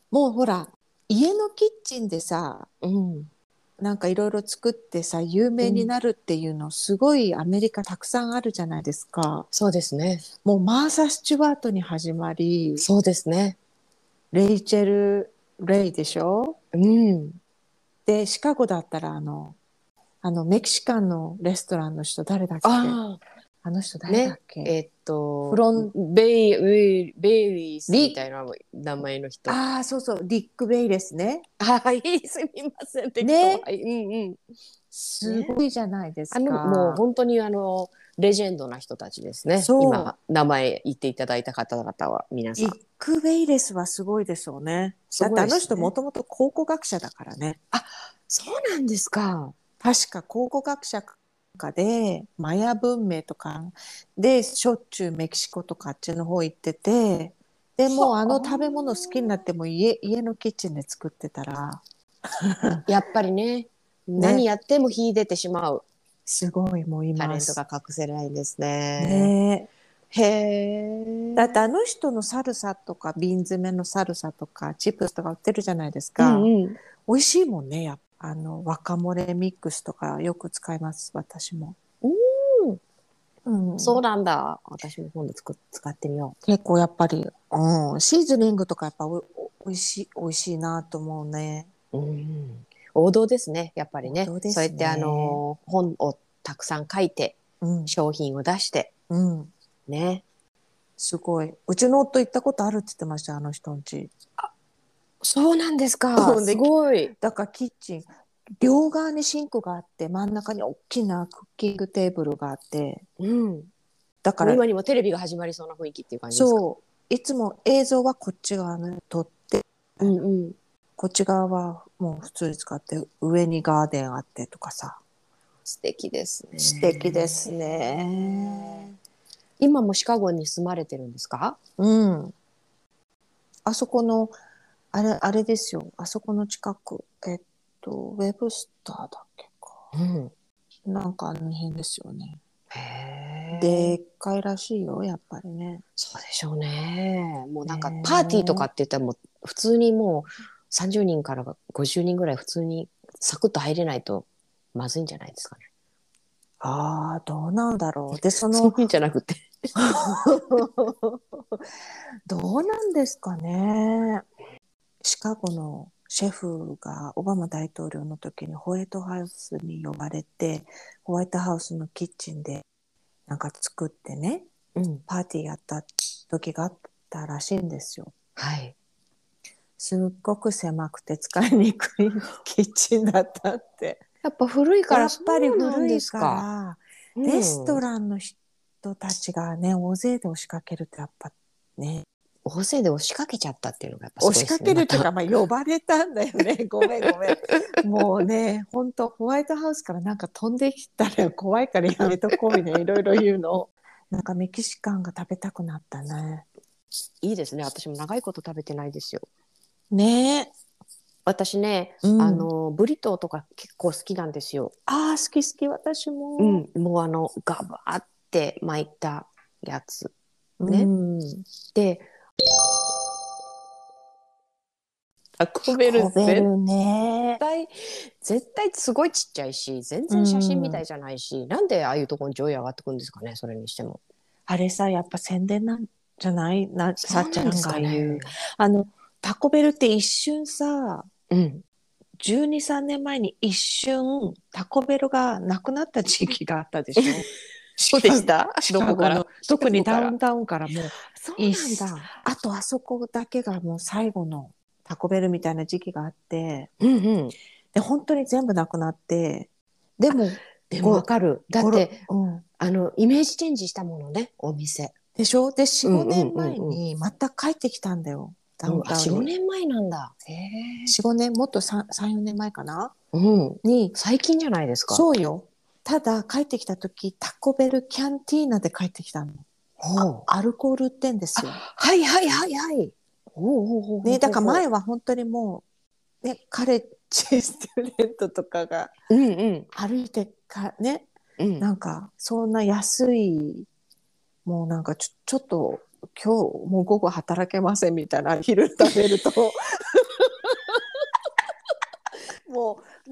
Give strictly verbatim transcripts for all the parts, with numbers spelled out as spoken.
もうほら、家のキッチンでさ、 うん。 なんかいろいろ作ってさ、有名にうん。 なるっていうのすごいアメリカたくさんあるじゃないですか。 そうですね。 もうマーサ・スチュワートに始まり、 そうですね。 レイチェル・レイでしょ。 うん。 で、シカゴだったらあの、あのメキシカンのレストランの人誰だっけ。 ああ、 あの人誰だっね。 け。 えっと、 フロン、 ベイ、ベイ、ベイリースみたリ、 いな名前の人。 ああ、そうそう、リック・ベイですね。 はい、すみません、適当。はね、 い、うんうん。ね。 すごいじゃないですあの、もうか。 本当にあの、レジェンドな人たちですね。 そう。 今、名前言っていただいた方々は、皆さん。 リック・ベイレスはすごいですよね。 すごいだってあのですね。 人もともと考古学者だからね。 あ、そうなんですか。 確か考古学者かで、マヤ文明とかでしょっちゅうメキシコとかあっちの方行ってて、でもうあの食べ物好きになっても家、家のキッチンで作ってたら、 やっぱりね、何ね、 やっても秀でてしまうすごいもういタレントます。 が隠せないんですね。 ねえ。 へだってあえ。 の人のサルサとか瓶詰めのサルサとかチップスとか売ってるじゃないですか。 うんうん。 美味しいもんね。やっぱあの若漏れミックスとかよく使います、私も。 うん、 うん、 そうなんだ。私も今度つく使ってみよ結構やっぱり、うん、シーズニングとかやっぱおおいしい、美味しいなと思うね。 う。うん。王道ですね。やっぱり王ね。 道ですそうやってあね。 の本をたくさん書いてうん、 商品を出してうん、 ね。 すごい。うちの夫行ったことあるって言ってました、あの人んち。 そうなんですか。すで、 ごい。 だからキッチン、両側にシンクがあって、真ん中に大きなクッキングテーブルがあって、 うん。 だからもう今にもテレビが始まりそうな雰囲気っていう感じですか。 そう、いつも映像はこっち側に撮って、 うんうん。 こっち側はもう普通に使って、上にガーデンあってとかさ。 素敵です素敵ですね。 ね。 今もシカゴに住まれてるんですか？ うん。あそこの、あれ、あれですよ。あそこの近く。えっと、ウェブスターだっけか。 うん。 なんかあの辺ですよね。 へえ。 でっかいらしいよ、やっぱりね。 そうでしょうね。もうなんかパーティーとかっねえ。 て言ったらもう普通にもうさんじゅうにんからごじゅうにんぐらい普通にサクッと入れないとまずいんじゃないですかね。 ああ、どうなんだろう。で、その、 そういうんじゃなくて。 どうなんですかね。シカゴのシェフがオバマ大統領の時にホワイトハウスに呼ばれて、ホワイトハウスのキッチンでなんか作ってね、 うん。 パーティーやった時があったらしいんですよ。 はい。 すっごく狭くて使いにくいキッチンだったって。 やっぱ古いかやっらそぱりうなんで古いかすか。 ら、レスうん。 トランの人たちがね、大勢で押しかけるってやっぱね、 大勢で押しかけちゃったっていうのがやっぱす押しごいですね、 かけるっていうか、 また。 まあ、呼ばれたんだよね。ごめんごめん。もうね、本当ホワイトハウスからなんか飛んできたら怖いからやめとこうみたいな、いろいろ言うの。なんかメキシカンが食べたくなったね。 いいですね。私も長いこと食べてないですよ。 ねえ。 私ね、 うん。 あの、ブリトーとか結構好きなんですよ。 ああ、好き好き、私も。 うん、もうあの、ガバーって巻いたやつ。 うね。 ん。 で、タコベルタコベ絶ルね。 対、絶対すごいちっちゃいし、全う然写真みたん。 いじゃないし、なんでああいうところに上位上がってくるんですかね、それにしても。 あれさ、やっぱ宣伝なんじゃないな、 そうさっちゃんなんですかが言う。 ね。 あの、タコベルって一瞬さ、 うん。 じゅうに、さんねんまえに一瞬タコベルがなくなった時期があったでしょ。 そうシカ、 でしたシどこからカゴの、 シカ特にゴから。 ダウンタウンからもう、 そういっなんだ。 あとあそこだけがもう最後のタコベルみたいな時期があって、 うんうん。 で、本当に全部なくなって、でも、 でもわご、 かる。だっごろ、 て、 うん。 あの、イメージチェンジしたものね、お店。 でしょ。で、 うよん、5 んうんう年前んうん。 にまた帰ってきたんだよ。ダウうん、あ、よん、 ンタウンに。 5年前なんだ。へえ。 よん、ごねん、もっとさん、さん、よねんまえかなうん。 に、 最近じゃないですか。 そうよ。ただ帰ってきた時、タコベルキャンティーナで帰ってきたの。あ、 ほう。 アルコール売ってんであ、 すよ。 はいはいはいはい。ほうほうほうほうね、だからほうほ前は本当にもう、ね、カレッジスチューデントとかがう。うんうん。 歩いてか、ね、 うん。 なんかそんな安い、もうなんかちょ、ちょっと今日もう午後働けませんみたいな昼食べると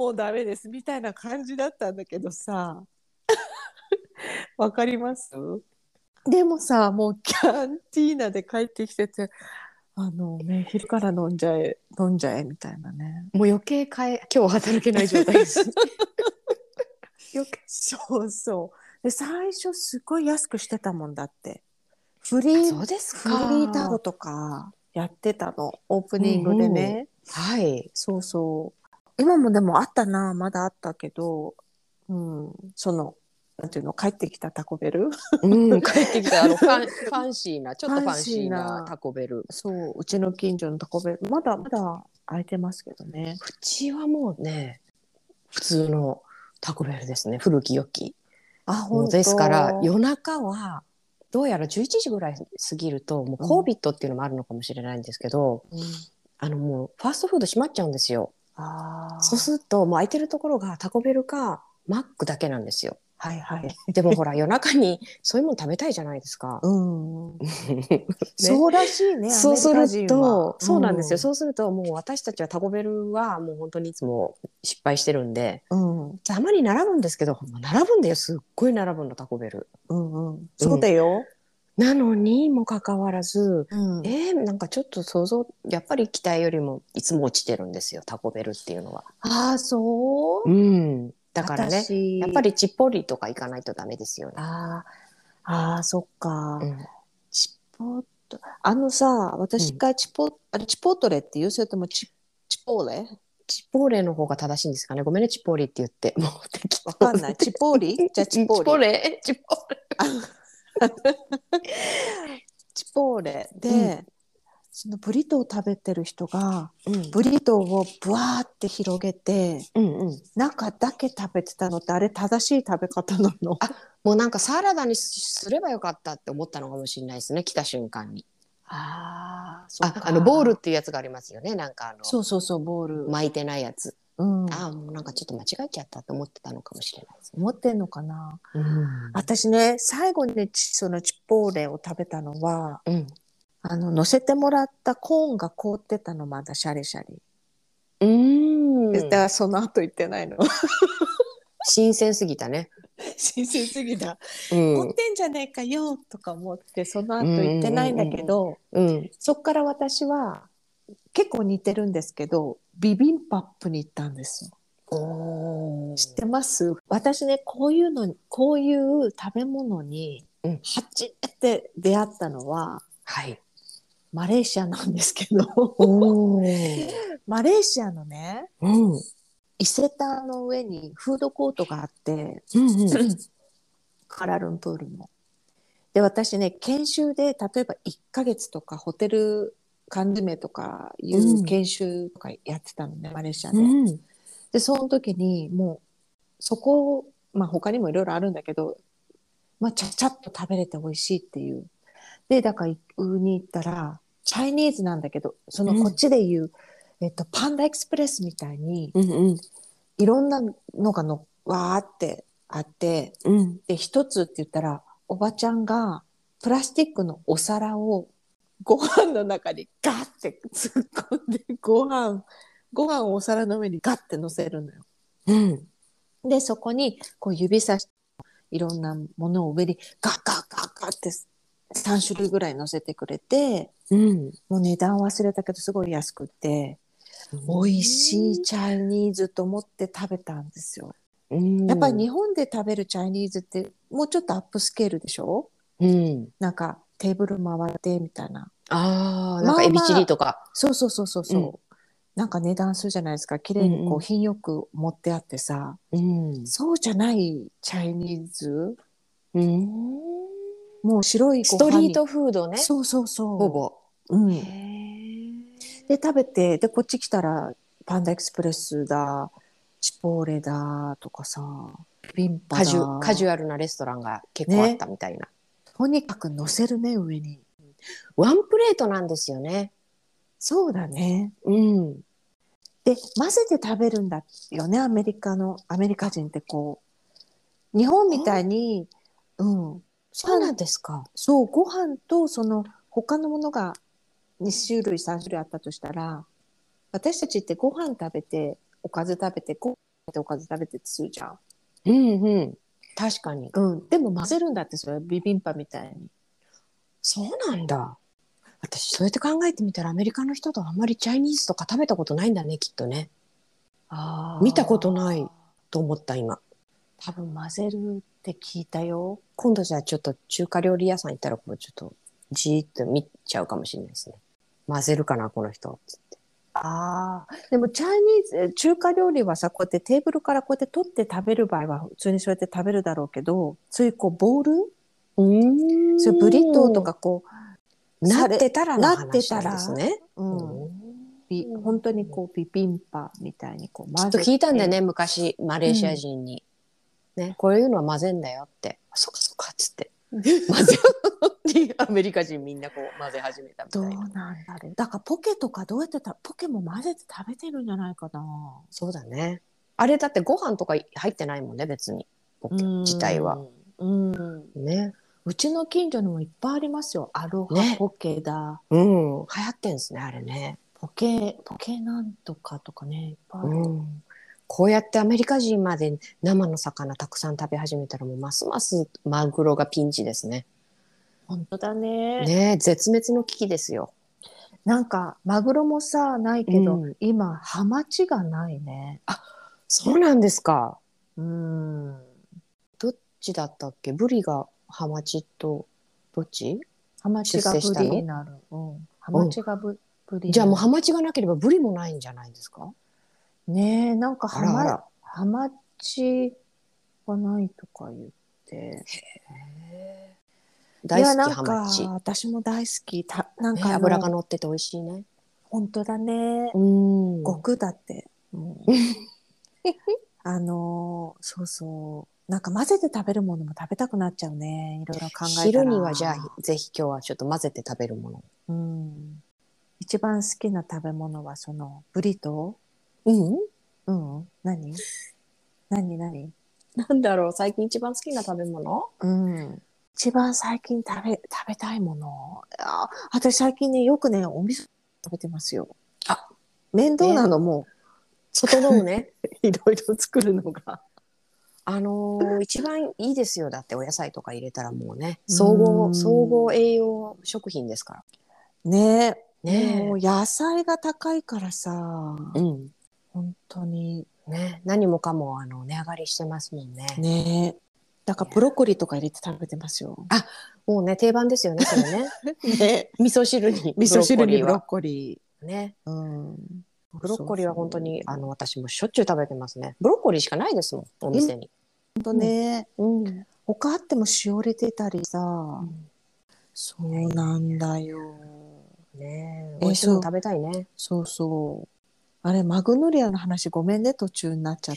もうダメですみたいな感じだったんだけどさ、わかります？でもさ、もうキャンティーナで帰ってきてて、あのね、昼から飲んじゃえ、飲んじゃえみたいなね。 もう余計かえ今日働けない状態です。余計そうそう。で、最初すごい安くしてたもんだって。フリあ、 ー、 そうですフリータロか。 とかやってたの。オープうニングでんうん。 ね。 はい。 そうそう。今もでもあったな、まだあったけど、うん、その、なんていうの、帰ってきたタコベルうん、帰ってきたあのファンファンシーなちょっとファンファンシーシーなな、 タコベル。 そう、うちの近所のタコベル、まだまだ空いてますけどね。 うちはもうね普通のタコベルですね。古き良き。 あ、本もうですから当。 夜中はどうやらじゅういちじぐらい過ぎるともううん、 コービットっていうのもあるのかもしれないんですけど、 うん。 あのもうファーストフード閉まっちゃうんですよ。そうすあるともう空いてるところがタコベルかマックだけなんですよ。 あ、はいはい。 でもほら夜中にそういうもの食べたいじゃないですか。 うん。 ね、 そうらしいね、アメリカそうする人は。 とそうなんですよ。 うん。 そうするともう私たちはタコベルはもう本当にいつも失敗してるんで、 うん。 たまに並ぶんですけど、並ぶんだよ。すっごい並ぶのタコベル。 うんうん。そううん。 だよ。 なのにもかかわらず、 うん。 えー、なんかちょっと想像、やっぱり期待よりもいつも落ちてるんですよ、タコベルっていうのは。 ああ、そうう。 ん。だからね、やっぱ私、 りチッポリとか行かないとダメですよね。 ああ、ああ、そっか。 うん。 チポート、あのさ、 うん。 私がチポ、あれ、チポートレって言う？それともチ、チポーレ？ チポーレの方が正しいんですかね。ごめんね、チポーリって言って。もう適当わかんない。チで。 ポーリじゃあチポチーリ。 ポーレチポーレ。 チポーレうん。 で、そのブリトーを食べてる人が、 うん。 ブリトーをブワーって広げて、 うんうん。 中だけ食べてたのって、あれ正しい食べ方なの？ あ、もうなんかサラダにすればよかったって思ったのかもしれないですね。来た瞬間に。 ああ、そっあ、あのボールっか。 ていうやつがありますよね。なんかあのそうそうそう、ボール。 巻いてないやつ。 うん。 あ、もうなんかちょっと間違えちゃったと思ってたのかもしれないですね。 思ってんのかな。 うん。 私ね、最後にちそのチポーレを食べたのは、 うん。 あの、乗せてもらったコーンが凍ってたの、まだシャリシャリ。 うだかーん。 らその後行ってないの。 新鮮すぎたね。 新鮮すぎた。 うん。うん凍ってんじゃねえかよとか思って、そのう後行ってないんだんうんけど、 うんうん。うん。 そっから私は結構似てるんですけど、ビビンバップに行ったんですよ。 おー。 知ってます？私ね、こういうの、こういう食べ物にうん。 初めて出会ったのは、 はい。 マレーシアなんですけど、 おー。 マレーシアのね、 うん。うん伊勢丹の上にフードコートがあって、 うん。 カラルンプールの。で、私ね、研修で、例えばいっかげつとかホテル缶詰とかいううん。 研修とかやってたのね、マレーシアで。 うん。 で、その時にもう、そこ、まあ他にもいろいろあるんだけど、まあちゃちゃっと食べれて美味しいっていう。で、だから上に行ったら、チャイニーズなんだけど、そのこっうん。 ちで言う、えっと、パンダエクスプレスみたいに、 うんうん。 いろんなのがの、わーってあって、 うん。 で、一つって言ったら、おばちゃんがプラスチックのお皿をご飯の中にガッて突っ込んで、ご飯、ご飯をお皿の上にガッて乗せるのよ。 うん。 で、そこにこう指さしていろんなものを上にガッガッガッガッってさん種類ぐらい乗せてくれて、 うん。 もう値段忘れたけどすごい安くて、美味しいチャイニーズと思って食べたんですよ。 うん。 やっぱり日本で食べるチャイニーズってもうちょっとアップスケールでしょ？ うん。 なんかテーブル回ってみたいな。 ああ、なんかエビチまあまあ、 リとか。 そうそうそうそううん。 そう。なんか値段するじゃないですか。綺麗にこううん品よく持ってあってさ。 うん。うん。 そうじゃないチャイニーズ。 うん。 もう白いスご飯に。 トリートフードね。 そうそうそほぼ。 う。うへん。 え。 で、食べて、で、こっち来たら、パンダエクスプレスだ、チポーレだとかさ、ビンパカジュ、カジだ。 ュアルなレストランが結構あっね。 たみたいな。 とにかく乗せるね、上に。 ワンプレートなんですよね。 そうだね。 うん。 で、混ぜて食べるんだよね、アメリカの、アメリカ人ってこう。日本みたいあ、 に、うん。ご飯、 そうなんですか。 そう、ご飯とその他のものがに種類、さん種類あったとしたら、私たちってご飯食べて、おかず食べて、ごおかず食べてってするじゃん。 うんうん。確かに。 うん。でも混ぜるんだって、それビビンパみたいに。 そうなんだ。私そうやって考えてみたらアメリカの人とあんまりチャイニーズとか食べたことないんだね、きっとね。見たことないああ。 と思った今。 多分混ぜるって聞いたよ。 今度じゃあちょっと中華料理屋さん行ったらこうちょっとじーっと見ちゃうかもしれないですね。混ぜるかなこの人つって。 ああ。でもチャイニーズ、中華料理はさ、こうやってテーブルからこうやって取って食べる場合は普通にそうやって食べるだろうけど、そういうこうボール、 うーん。 そういうブリトーとかこう、 なってたらのなって話なんでたら、 すね。 うん。ビ本当にこうビビンパみたいにこう混ぜて。 きっと聞いたんだよね昔マレーシア人に、うん、ねこういうのは混ぜんだよって。あそっかそっかっつって混ぜアメリカ人みんなこう混ぜ始めたみたいな。 どうなんだろう。だからポケとかどうやってたポケも混ぜて食べてるんじゃないかな。 そうだね。あれだってご飯とか入ってないもんね別にポケ自体は。 うん。 ね。 うちの近所にもいっぱいありますよ。アロハね。 ポケだ。 うん。流行ってんすねあれね。 ポケ、ポケなんとかとかね、いっぱいある。 うん。こうやってアメリカ人まで生の魚たくさん食べ始めたらもうますますマグロがピンチですね。 本当だね。 ねえ絶滅の危機ですよ。 なんか、マグロもさ、ないけど、 うん、 今、ハマチがないね。 あ、そうなんですか。 うん。 どっちだったっけ？ブリがハマチとどっちハマ出チがブ世したの？ リになる。うん。ハうん。 マチがブ、ブリじゃあもうハになる。 マチがなければブリもないんじゃないですか？ ねえ、なんかハマ、 あらあら。 ハマチがないとか言って。いや、 大好きなんか、 ハマチ。 私も大好き。た、なんね、脂かあの、 が乗ってて美味しいね。 本当だね。 うん。 極だって。うん、あのーそうそう。なんか混ぜて食べるものも食べたくなっちゃうね。いろいろ考えた昼にはじゃあら。 ぜひ今日はちょっと混ぜて食べるもの。 うん。一番好きな食べ物はそのブリトうん。 ー。うん。何何何なんだろう最近一番好きな食べ物？ うん。一番最近食べ、食べたいもの。あ、私最近ね、よくね、お味噌食べてますよ。 あ、 面倒なね。 のも、 整うね。 いろいろ作るのが。 あのー一番いいですよ。だってお野菜とか入れたらもうね、 うー総合、総合ん。 栄養食品ですかねえ、 ら。 もうね野菜が高いからさ、 え。うん。 本当に。 ね、何もかもあの値上がりしてますもんね。 ねえ。だからブロッコリーとか入れて食べてますよ。 あ、もうね、定番ですよね、それね。 ね、 味噌汁に味ブロッコ噌汁にブロッリーは。 コリね。 ー。うん。 ブロッコリーは本当に、あの、 そうそう。 私もしょっちゅう食べてますね。ブロッコリーしかないですもん、お店に。 本当うん。 ね。 うん。 他あってもしおれてたりさ。 うん、 そうなんだよ。 ねえ、美え、 味しいものそう、 食べたいね。 そうそう。あれ、マグノリアの話ごめんね、途中になっちゃって。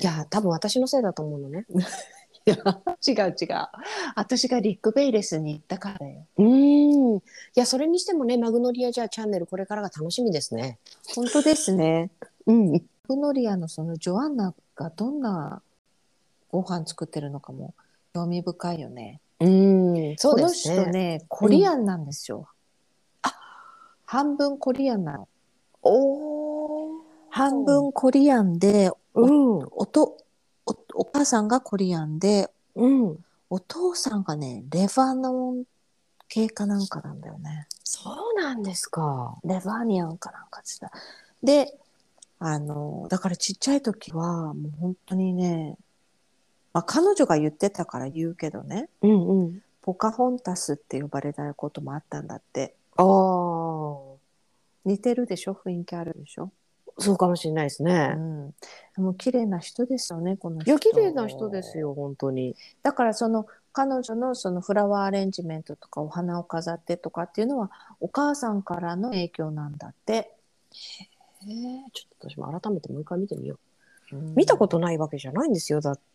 いや、多分私のせいだと思うのね。 いや、違う違う。私がリック・ベイレスに行ったからよ。 うーん。いや、それにしてもね、マグノリアじゃあチャンネルこれからが楽しみですね。 本当ですね。 うん。 マグノリアのそのジョアンナがどんなご飯作ってるのかも興味深いよね。 うーん、そうこのですね。 人ね、コリアンなんですよ。半分コリアンなの。 お半ー。 分コリアンで、お、 うん。 おと、お、お母さんがコリアンで、 うん。 お父さんがね、レバノン系かなんかなんだよね。 そうなんですか。 レバニアンかなんかって言ってた。で、あの、だからちっちゃい時は、もう本当にね、まあ彼女が言ってたから言うけどね、 うんうん。 ポカホンタスって呼ばれたこともあったんだって。 ああ、 似てるでしょ、雰囲気あるでしょ。 そうかもしれないですね。 うん。もう綺麗な人ですよね、このいや、 人。 綺麗な人ですよ、本当に。 だからその彼女のそのフラワーアレンジメントとかお花を飾ってとかっていうのはお母さんからの影響なんだって。 えー、ちょっと私も改めてもう一回見てみよう。 うん、 見たことないわけじゃないんですよ。だって、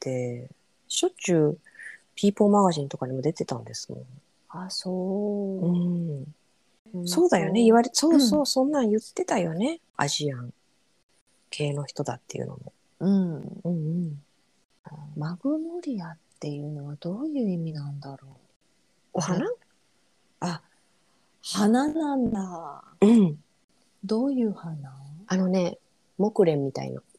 しょっちゅうピーポーマガジンとかにも出てたんですもん。 あ、そう。 うん。 うんそうだよね。言とわれ、そううん、 そう、そんなん言ってたよね。アジアン系の人だっていうのも。 うん。 うんうん。 マグノリアっていうのはどういう意味なんだろう。 お花？ あ、花なんだ。 うん。 どういう花？ あのね、木蓮みたいな。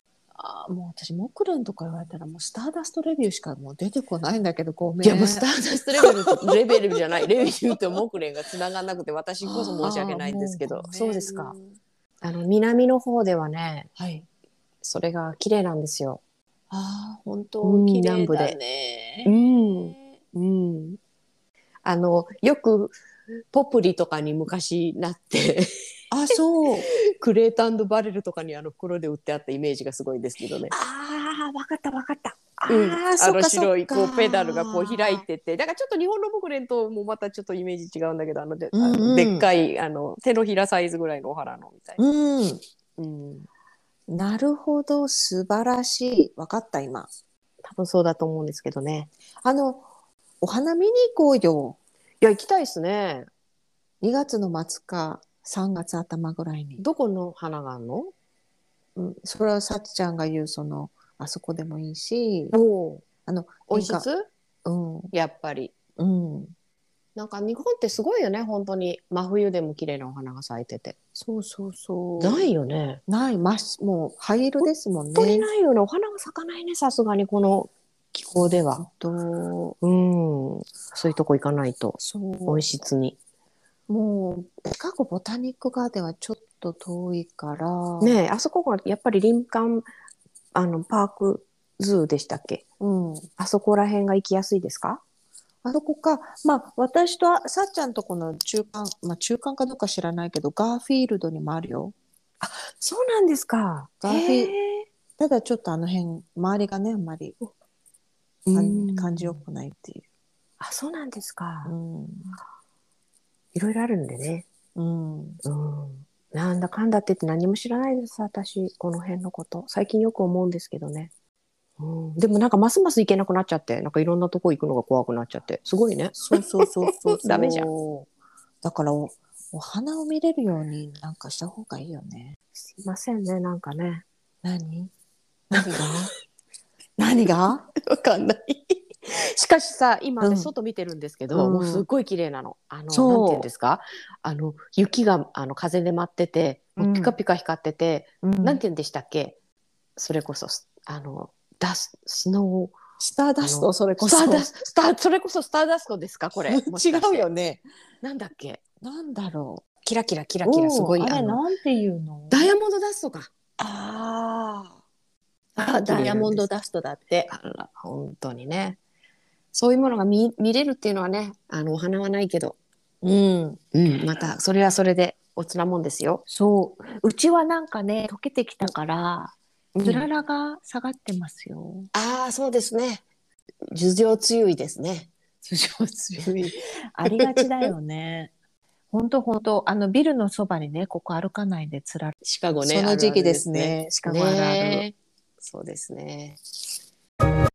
あーもう私木蓮とか言われたらもうスターダストレビューしかもう出てこないんだけどごめん。 いやもうスターダストレベルレベルじゃないレビューと木蓮がつながんなくて私こそ申し訳ないんですけど。 あーもうごめんそうですか。あの南の方ではねはい。 それが綺麗なんですよ。 ああ本う当ん綺麗だ南部で。 ね。 うんうんあのよくポプリとかに昔なってあそう。 クレートバレルとかにあの袋で売ってあったイメージがすごいですけどね。 ああわかったわかった。 うん、 あああのそっかそっ白いこうペダルがこう開いか。 ててだからちょっと日本の木蓮ともまたちょっとイメージ違うんだけどあので、 うんあのでっうんかいあの手のひらサイズぐらいのお花のみたいな。 うん。 うんなるほど素晴らしい。わかった今。 多分そうだと思うんですけどね。 あのお花見に行こうよ。 いや行きたいですね。 にがつの末かさんがつ頭ぐらいに。 どこの花があるの？ うん、それはさちちゃんが言うそのあそこでもいいし、 おあの温なんか室うんやっぱり。 うんなんか日本ってすごいよね本当に真冬でも綺麗なお花が咲いてて。 そうそうそう。 ないよね。 ないまもう灰色ですもんね。 本当にないよね。お花が咲かないねさすがにこの気候では。 とうんそういうとこ行かないとそう温室に。 もうシカゴボタニックガーデンはちょっと遠いからねえあそこがやっぱり林間あのパークズーでしたっけ？ うんあそこら辺が行きやすいですか？ あそこかまあ私とさっちゃんとこの中間まあ中間かどうか知らないけどガーフィールドにもあるよ。 そうなんですか。 ガーフィーへえ。 ただちょっとあの辺周りがねあんまりうん感じよくないっていう。 あそうなんですか。 うんいろいろあるんでね。 うんうんなんだかんだって言って何も知らないです私この辺のこと最近よく思うんですけどね。うん、でもなんかますます行けなくなっちゃってなんかいろんなとこ行くのが怖くなっちゃってすごいね。 そうそうそうそうそうダメじゃん。 だからお、お花を見れるようになんかした方がいいよね。 すいませんねなんかね。 何何が何がわかんない。しかしさ今ね、 うん外見てるんですけど、 うんもうすっごい綺麗なの。あのそうなんて言うんですかあの雪があの風で舞っててもうピカピカ光ってて、 うんなんて言うんでしたっけそれこそあのダススノースターダストそれこスタそーダススターそれこそスターダストですかこれもし違かしてうよね。 なんだっけなんだろう。 キラキラキラキラすごいおーあれあのなんていうのダイヤモンドダストかあーああダイヤモンドダストだって。 あら本当にねそういうものが見見れるっていうのはねあのお花はないけど、 うんうん、またそれはそれでおつなもんですよ。 そううちはなんかね溶けてきたからうんつららが下がってますよ。 ああそうですね頭上強いですね。 頭上強いありがちだよね。本当本当あのビルのそばにねここ歩かないでつららシカゴねその時期ですあるあるねシカゴあるある。 ねそうですね